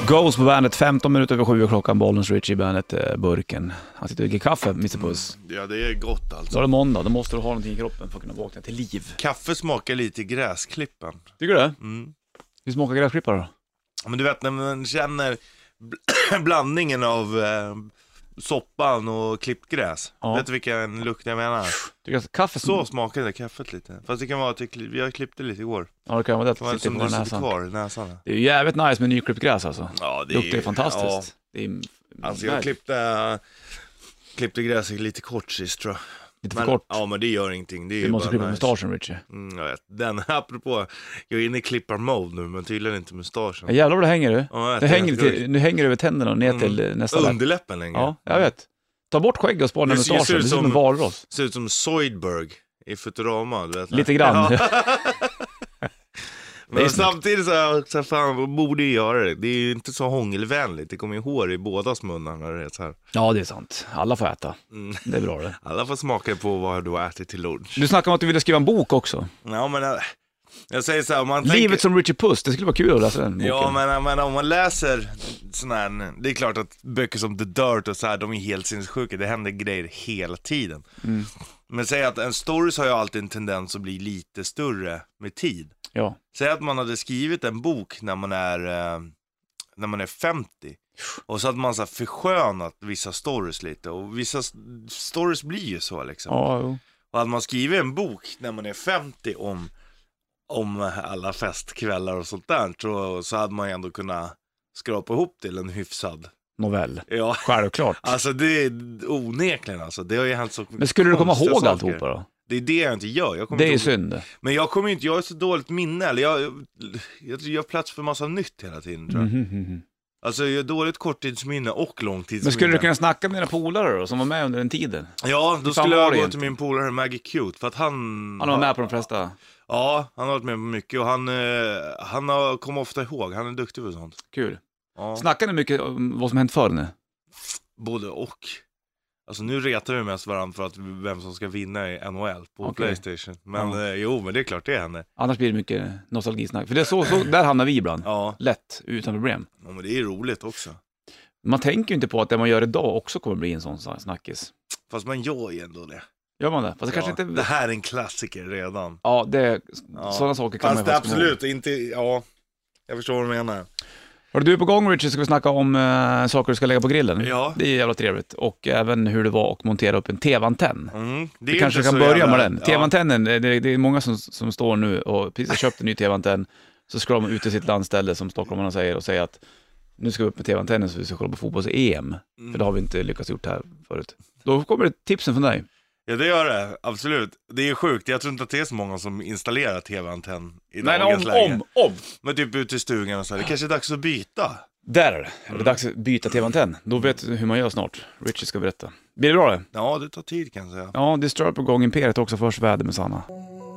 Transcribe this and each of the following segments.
Ghost på bandet, 15 minuter över 7 klockan, Bollnäs Richie bandet, burken. Han sitter och dricker kaffe, Mr. Puss. Ja, det är gott Då alltså. är det måndag, då måste du ha någonting i kroppen för att kunna vakna till liv. Kaffe smakar lite gräsklippan. Tycker du det? Mm. Hur smakar gräsklippare då? Men du vet när man känner blandningen av soppan och klippt gräs. Ja. Vet du vilken lukt jag menar? Tycker att kaffe Så smakar det kaffet lite. Fast det kan vara att vi klippte lite igår. Ja, det kan vara det. Det var Sitter som på du sitter näsan. kvar i näsan. Det är ju jävligt nice med nyklippt gräs alltså. Ja, Det luktar ju fantastiskt. Ja, Det är alltså jag klippte gräset lite kort sist tror jag. lite för kort. Ja, men det gör ingenting. Det är Du ju måste bara klippa nice. mustaschen, Richie. Jag vet. Den, apropå, jag är inne i klipparmode nu, men tydligen inte mustaschen. Ja, jävlar vad det hänger du. Ja, Nu hänger det över tänderna och ner till nästa läpp. Underläppen längre. Ja, jag vet. Ta bort skägg och spara Det ser mustaschen. ut Det ser ut som som- en valross. Ser ut som Zoidberg i Futurama, du vet. Lite grann. Ja. Det är Men snyggt. samtidigt så fan, borde ju göra det. Det är ju inte så hångelvänligt. Det kommer ju hår i bådas munnar när det är så här. Ja, det är sant. Alla får äta. Mm. Det är bra det. Alla får smaka på vad du har ätit till lunch. Du snackade om att du ville skriva en bok också. Ja, men jag säger så här, om man Livet tänker... som Richie Puss, det skulle vara kul att läsa den boken. Ja, men om man läser sån här, det är klart att böcker som The Dirt och så här, de är helt sinnessjuka. Det händer grejer hela tiden. Mm. Men säg att en stories har ju alltid en tendens att bli lite större med tid. Ja. Säg att man hade skrivit en bok när man är 50. Och så hade man så här förskönat vissa stories lite. Och vissa stories blir ju så liksom. Ja, jo. Och hade man skrivit en bok när man är 50 om alla festkvällar och sånt där, så hade man ju ändå kunnat skrapa ihop till en hyfsad. Novell. Ja, Självklart. alltså det är onekligen alltså. Det har ju hänt så. Men skulle du komma konstiga ihåg saker. alltihopa då? Det är det jag inte gör. Jag kommer Det är ju inte ihåg. synd. Men jag har så dåligt minne. Eller jag gör plats för massa nytt hela tiden tror jag. Mhm. Alltså jag har dåligt korttidsminne och långtidsminne. Men skulle du kunna snacka med dina polare då, som var med under den tiden? Ja, då Hur fan skulle var jag det gå egentligen? till min polare Maggie Cute. För att han Han var med på de flesta. Ja, han har varit med på mycket. Och han kommer ofta ihåg. Han är duktig på sånt. Kul. Ja, Snackar ni mycket om vad som hänt förr nu? både och. Alltså nu retar vi mest varandra för att vem som ska vinna i NHL på Okej. Playstation. Men men det är klart det händer. Annars blir det mycket nostalgisnack. För det är så där hamnar vi ibland. Ja, Lätt, utan problem. men det är roligt också. Man tänker ju inte på att det man gör idag också kommer bli en sån snackis. Fast man gör ju ändå det. Gör man det? Fast det kanske Det inte... här är en klassiker redan. Ja, Ja. sådana saker kan Fast man det ju faktiskt komma ihåg. absolut inte, ja. Jag förstår vad du menar. Hör du på gång, Richard, ska vi snacka om saker du ska lägga på grillen. Ja. Det är jävla trevligt. Och även hur det var att montera upp en tv-antenn. Det Vi är kanske inte kan så börja jävla- med den. Ja. TV-antennen, det är många som står nu och precis har köpt en ny TV-antenn. Så ska de ut i sitt landställe som stockholmarna säger och säger att nu ska vi upp med TV-antennen så vi ska kolla på fotbolls-EM. För det har vi inte lyckats gjort här förut. Då kommer det tipsen från dig. Ja, det gör det. Absolut. Det är sjukt. Jag tror inte att det är så många som installerar tv-antenn i Nej, dagens läge. om. Men typ ute i stugan och så här. Det kanske är dags att byta. Där är det. Det är dags att byta TV-antenn. Då vet du hur man gör snart. Richard ska berätta. Blir det bra det? Ja, det tar tid kan jag säga. Ja, Disturbed på gång. Imperiet också, först väder med Sanna.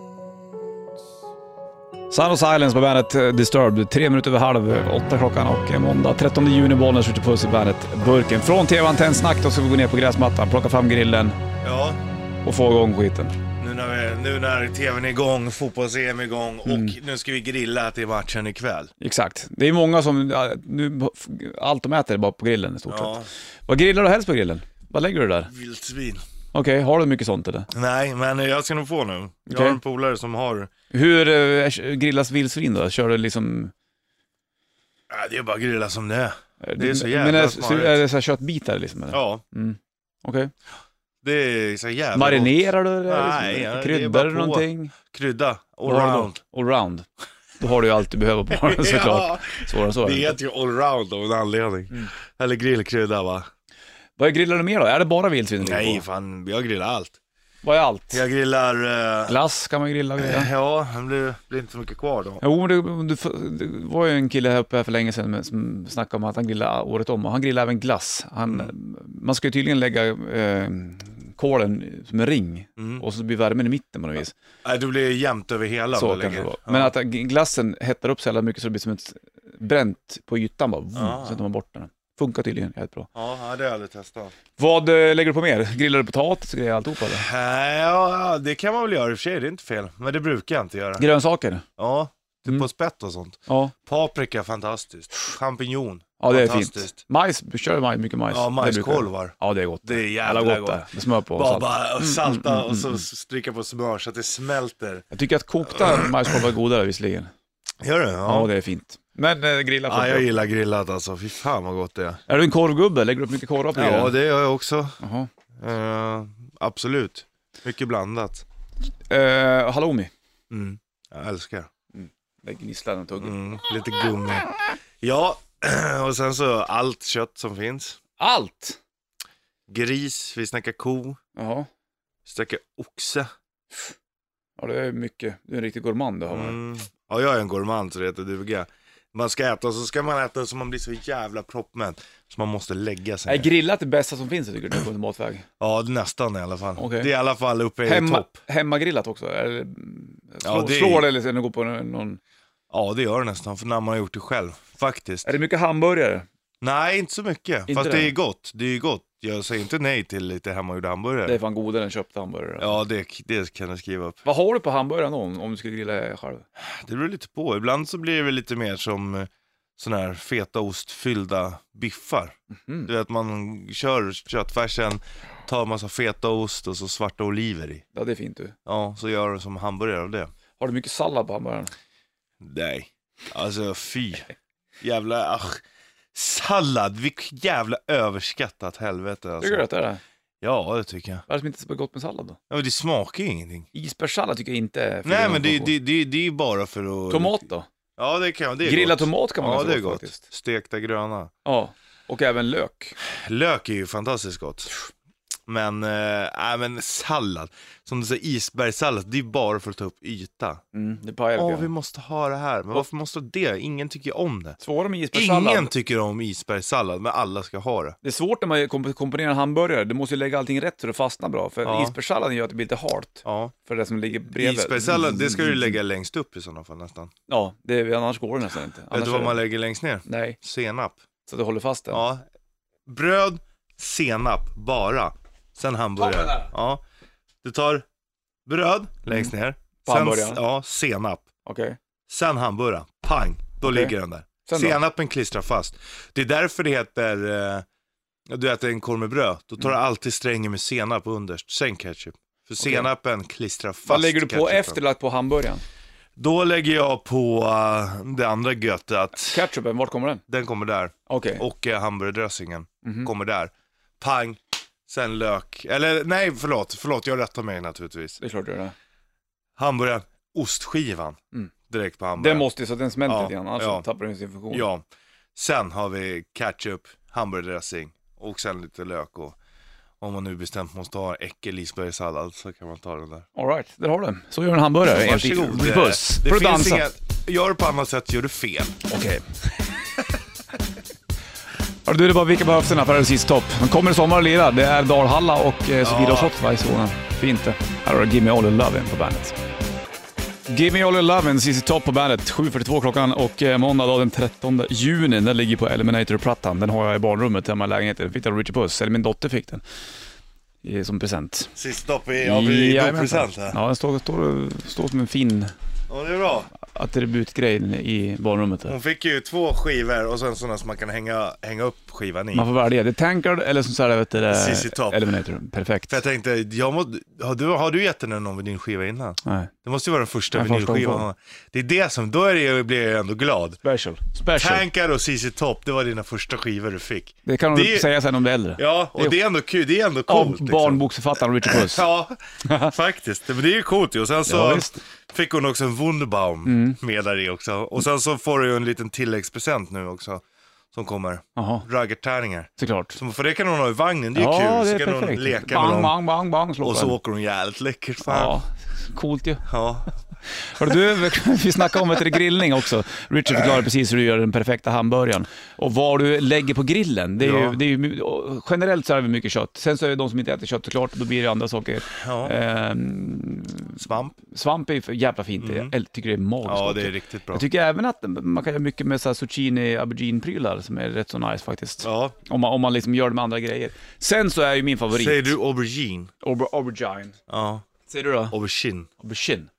Sound of Silence på bandet Disturbed. 3 minuter över 7:30 klockan och måndag 13 juni, Bollnäs skjuter puss i bandet Burken. Från TV-antennsnack då ska vi gå ner på gräsmattan, plocka fram grillen Ja, och få igång skiten. nu när tvn är igång, fotbolls-EM är igång och nu ska vi grilla till matchen ikväll. Exakt. Det är många som, nu, allt de äter är bara på grillen i stort Ja, sett. Vad grillar du helst på grillen? Vad lägger du där? vildsvin. Okej, har du mycket sånt eller? Nej, men jag ska nog få nu. Jag Okej. har en polare som har... Hur grillas vildsvin då? Kör du liksom... Det är bara grilla som det är. Det är så jävla Men smarrigt. är det så här köttbitar liksom? Eller? Ja, Okej. det är så jävla gott. Marinerar du det? Nej, Liksom? det är Kryddar bara du på. någonting? Krydda, Vad har du då? allround. Allround. Då har du ju allt du behöver på den såklart. Svårare än så. Det är det inte. heter ju allround av en anledning. Eller grillkrydda va? Vad grillar du mer då? Är det bara vildsvin du Nej ligger på? fan, jag grillar allt. Vad är allt? Jag grillar... Glass kan man grilla och grejer. Ja, det blir inte så mycket kvar då. Jo, det var ju en kille här uppe här för länge sedan som snackade om att han grillar året om. Och han grillar även glass. Man ska ju tydligen lägga kolen som en ring. Och så blir värmen i mitten på något vis. Nej, det blir jämnt över hela. Så om det kanske det ligger. var. Men att glassen hettar upp så jävla mycket så det blir som ett bränt på ytan bara. Så tar man bort den. Funkar tydligen helt bra. Ja, det har jag aldrig testat. Vad lägger du på mer? Grillar du potatis och grejer alltihopa eller? Ja, det kan man väl göra i och för sig, det är inte fel. Men det brukar jag inte göra. Grönsaker? Ja, typ på spett och sånt. Ja. Paprika, fantastiskt. Champignon. Ja, det är Fantastiskt. fint. Majs, kör majs, mycket majs. Ja, Det brukar- majskolvar. Ja, det är gott. Det är Jävla jävla gott gott. det. Med smör på och Bara, salt. bara salta och så stryka på smör så att det smälter. Jag tycker att kokta majskolvar är godare visserligen. Gör det? Ja, det är fint. Men grilla Ja, funkar. jag gillar grillat alltså. Fy fan vad gott det är. Är du en korvgubbe? Lägger du upp mycket korvar på Ja, grillen? det gör jag också. Jaha. Absolut. Mycket blandat. Halloumi. Jag älskar. Det gnisslar och tuggar. Lite gummi. Ja, och sen så allt kött som finns. Allt! Gris, vi snackar ko, Jaha. vi snackar oxe. Ja, det är mycket. Du är en riktig gourmand, det har man. Ja, jag är en gourmand så det heter duga. Man ska äta och så ska man äta så man blir så jävla proppmätt. Så man måste lägga sig Är ner. grillat det bästa som finns, tycker du, på en matväg? Ja, nästan i alla fall. Okej. Det är i alla fall uppe i topp. Hemmagrillat också? Eller, Ja, det är- slår det eller sen går på någon... Ja, det gör det nästan, för när man har gjort det själv, faktiskt. Är det mycket hamburgare? Nej, inte så mycket. Inte Fast det? det är gott. Det är gott. Jag säger inte nej till lite hemmagjorda hamburgare. Det är fan godare än köpta hamburgare. Ja, det kan jag skriva upp. Vad har du på hamburgaren då, om du skulle grilla själv? Det beror lite på. Ibland så blir det väl lite mer som sån här fetaostfyllda biffar. Du vet, man kör köttfärsen, tar massa fetaost och så svarta oliver i. Ja, det är fint du. Ja, så gör du som hamburgare av det. Har du mycket sallad på hamburgaren? Nej, alltså fy. Jävla, sallad, vilket jävla överskattat helvete alltså. Tycker du att det är det? Ja, det tycker jag. Vad är det som inte är så gott med sallad då? Ja, men det smakar ju ingenting. Isbergssallad tycker jag inte är... Nej, men det är ju bara för att... Tomat då? Ja, det kan det är Grillad gott. tomat kan man Ja, ganska det är gott gott. faktiskt. Stekta gröna. Ja, och även lök. Lök är ju fantastiskt gott. Men, men sallad. Som du säger, isbergssallad, det är bara för att ta upp yta. Det pajar lite Vi grann. måste ha det här. Men varför måste det? Ingen tycker om det. Svårare med isbergssallad. Ingen tycker om isbergssallad, men alla ska ha det. Det är svårt när man komponerar en hamburgare. Du måste ju lägga allting rätt så det fastnar bra. För Ja. isbergssalladen gör att det blir lite halt. Ja. För det som ligger bredvid. Isbergssallad, det ska du lägga längst upp i sådana fall nästan. Ja, annars går det nästan inte. Vet Annars du är vad det- man lägger längst ner? Nej, Senap. så det håller fast den. Ja. Bröd, senap, bara. Sen hamburgare. Ta den. Ja. Du tar bröd längst ner. På Sen, hamburgaren. ja, senap. Okej. Sen hamburgare. Pang, då Okej. ligger den där. Sen då? Senapen klistrar fast. Det är därför det heter, du äter en korv med bröd. Då tar du alltid strängen med senap underst, sen ketchup. För senapen klistrar fast. Vad lägger du på ketchupen. efter lagt på hamburgaren? Då lägger jag på det andra göttet. Ketchupen, vart kommer den? Den kommer där. Okej. Och hamburgardressingen Mhm. kommer där. Pang, sen lök. Eller nej, förlåt, jag rättar mig naturligtvis. Det är klart du gör det. Hamburgaren, ostskivan. Mm. Direkt på hamburgaren. Den måste ju så att den smälter Ja, lite grann, annars ja. tappar den sin funktion. Ja. Sen har vi ketchup, hamburgardressing och sen lite lök. Och om man nu bestämt måste ha äckel isbergssallad så kan man ta den där. All right, där har du den. Så gör en hamburgare. Varsågod. Puss. Det Får du finns dansa? inga, gör det på annat sätt gör du fel. Okej. Hörru du, det är bara vilka behövs den här Paradise Topp. De kommer i sommar och lirar. Det är Dalhalla och Sofia Schott varje sådana. Fint det. Här har du Give Me All The Lovin' på bandet. Give Me All The Lovin', CC Topp på bandet. 7.42 klockan och måndag då, den 13 juni. Den ligger på Eliminator-plattan. Den har jag i barnrummet hemma i lägenheten. Fick jag av Richie Puss, eller min dotter fick den. Som present. Sist stopp i Jajamensan. present här. Ja, den står som en fin Ja, det är bra. attributgrej i barnrummet. Där. Hon fick ju 2 skivor och sen sådana som man kan hänga upp skivan i. Man får välja. Det är Tankard eller som så här, vet du, CC Top. Eliminator. Perfekt. För jag tänkte, har du gett den någon med din skiva innan? Nej. Det måste ju vara den första Den första vinylskivan. hon Det är det som, blir jag ändå glad. Special. Tankar och CC Top, det var dina första skivor du fick. Det kan du Det- säga sen om det är äldre. Ja, och det är ändå kul, det är ändå Av coolt. Liksom. barnboksförfattaren Richard Puss. Ja, faktiskt. Men det är ju coolt ju. Och sen så Ja, visst. fick hon också en Wunderbaum med där i också. Och sen så får du ju en liten tilläggspresent nu också. Som kommer. Jaha, Raggartärningar. såklart. För det kan hon ha i vagnen, det är Ja, kul. det Så är kan hon perfekt. leka med Bang, dem. bang, bang, bang, slå Och på så den. åker hon jävligt läckert fan. Ja, coolt ju. Ja. Hörru du, vi snackade om grillning också. Richard förklarade precis hur du gör den perfekta hamburgaren. Och vad du lägger på grillen. Det är, Ja. ju, det är ju, generellt så är det mycket kött. Sen så är det de som inte äter kött såklart, då blir det andra saker. Ja. Svamp. Svamp är för jävla fint. Jag tycker det är magiskt Ja, gott. det är riktigt bra. Jag tycker även att man kan göra mycket med så här zucchini aubergine-prylar som är rätt så nice faktiskt. Ja. Om man liksom gör det med andra grejer. Sen så är ju min favorit Säger du aubergine? aubergine. Ja. Säger du då? Aubergine. Aubergine.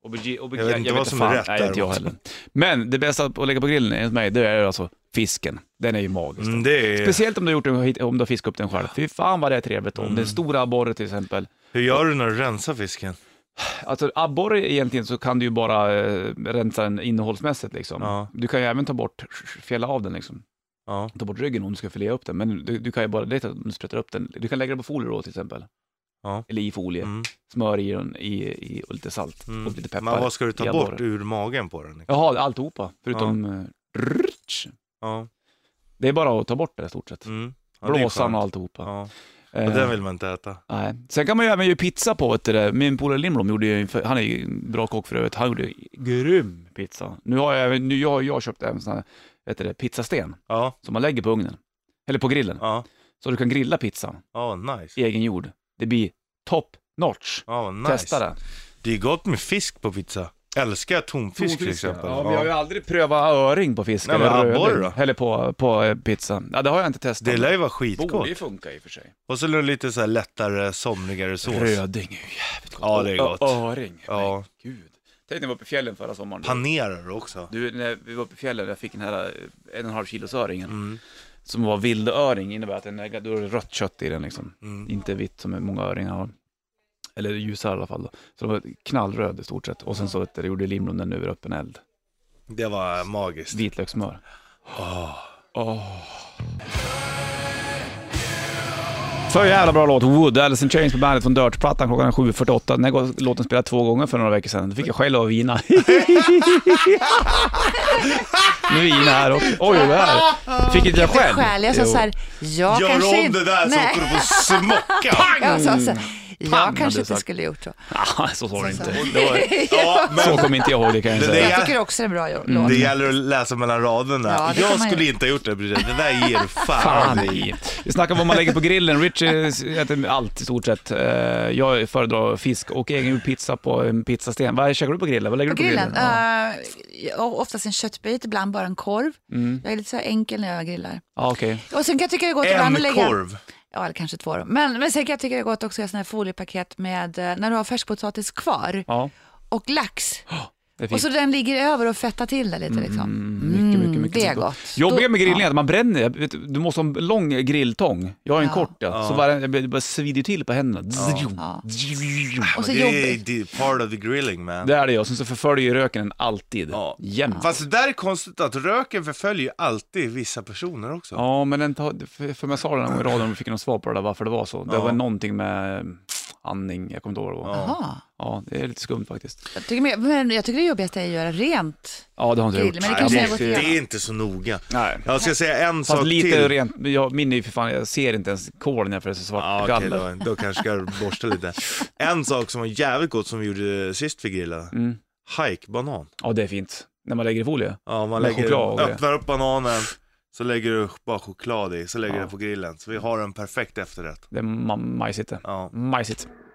Jag vet inte vad som är rätt nej, där. inte jag heller. Men det bästa att lägga på grillen enligt mig, det är alltså fisken. Den är ju magisk. Speciellt om du har fiskat upp den själv. Fy fan vad det är trevligt. Om det är stora abborre till exempel. Hur gör du när du rensar fisken? Alltså abborre egentligen så kan du ju bara rensa den innehållsmässigt liksom. Ja. Du kan ju även ta bort, fjälla av den liksom. Ja. Ta bort ryggen om du ska filea upp den. Men du kan ju bara leta om du sprättar upp den. Du kan lägga den på folie då till exempel. Ja. Eller i folie. Smör i den i och lite salt och lite peppar. Men vad ska du ta bort ur magen på den? Jaha, alltihopa. Förutom Ja. Det är bara att ta bort det i stort sett. Ja, Blåsan och alltihopa. Ja. Och den vill man inte äta. Nej. Sen kan man ju även göra pizza på det. Min polare Lindblom gjorde ju, han är ju en bra kock för övrigt. Han gjorde grym pizza. Nu har jag köpt en sån här pizzasten som man lägger på ugnen. Eller på grillen. Ja. Så du kan grilla pizza. Nice. Egen jord. Det blir top notch. Nice. Testa det. Det är gott med fisk på pizza. Älskar tonfisk till exempel. Ja, men jag har ju aldrig prövat öring på fisk. Nej, eller röding. Eller på pizza. Ja, det har jag inte testat. Det lär ju vara skitgott. Borde ju funka i och för sig. Och så lite så här lättare, somnigare sås. Röding är ju jävligt gott. Ja, det är gott. Öring. Ja. Men gud. Tänk när vi var uppe i fjällen förra sommaren. Panerar du också? Du, när vi var uppe i fjällen, jag fick den här 1,5 kilos öringen. Som var vildöring, innebär att då är det rött kött i den liksom. Inte vitt som många öringar har. Eller ljusare i alla fall då. Så det var knallröd i stort sett. Och sen så det gjorde Lindblom den över öppen eld. Det var magiskt. Vitlökssmör. Så jävla bra låt. Wood, Alice in Chains på bandet från Dirt-plattan klockan 7:48. Den här låten spelade 2 gånger för några veckor sedan. Då fick jag skäll av vina. Nu är vina här också. Oj, det här. Fick inte jag skäll? Jag sa så här, jag gör kanske om det där så får du få smocka. Jag sa så här, Pang, jag kanske inte sagt. skulle gjort så. Ja, så sa det inte. Så kommer inte jag ihåg det, kan jag säga. Jag tycker också det är bra låt. Det gäller att läsa mellan raderna. Ja, jag skulle inte ha gjort det. Det där ger Fan i. Vi snackar om vad man lägger på grillen. Richie äter allt i stort sett. Jag föredrar fisk och egen pizza på en pizzasten. Vad käkar du på grillen? Vad lägger du på grillen? Oftast en köttbit, ibland bara en korv. Jag är lite så enkel när jag grillar. Okej. Och sen kan jag tycka det är gott ibland att lägga... korv? Ja, eller kanske 2 då. Men sen kan jag tycka det är gott också att göra sådana här foliepaket med när du har färskpotatis kvar och lax. Och så den ligger över och fettar till det lite liksom. Mycket det är gott. Jobbiga med grillning är att man bränner. Du måste ha en lång grilltång. Jag har en kort, så bara svider till på händerna. Och så det är part of the grilling, man. Det är det, och sen så förföljer röken alltid. Jämt. Fast det där är konstigt att röken förföljer alltid vissa personer också. Ja, men för jag sa det någon rad om vi fick någon svar på det där, varför det var så. Det var någonting med andning, jag kommer inte ihåg vad det var. Ja, det är lite skumt faktiskt. Jag tycker det jobbigaste är att göra rent. Ja, det har inte jag gjort. Men det är inte så noga. Nej. Jag ska säga en sak lite till. Rent, min är ju för fan, jag ser inte ens kolen när för det är så svart galler. Då kanske ska jag borsta lite. En sak som var jävligt gott som vi gjorde sist för grilla. Hike-banan. Ja, det är fint. När man lägger i folie. Ja, man öppnar upp bananen. Så lägger du bara choklad i, så lägger du på grillen. Så vi har en perfekt efterrätt. Det är majsigt det. Ja. Majsigt.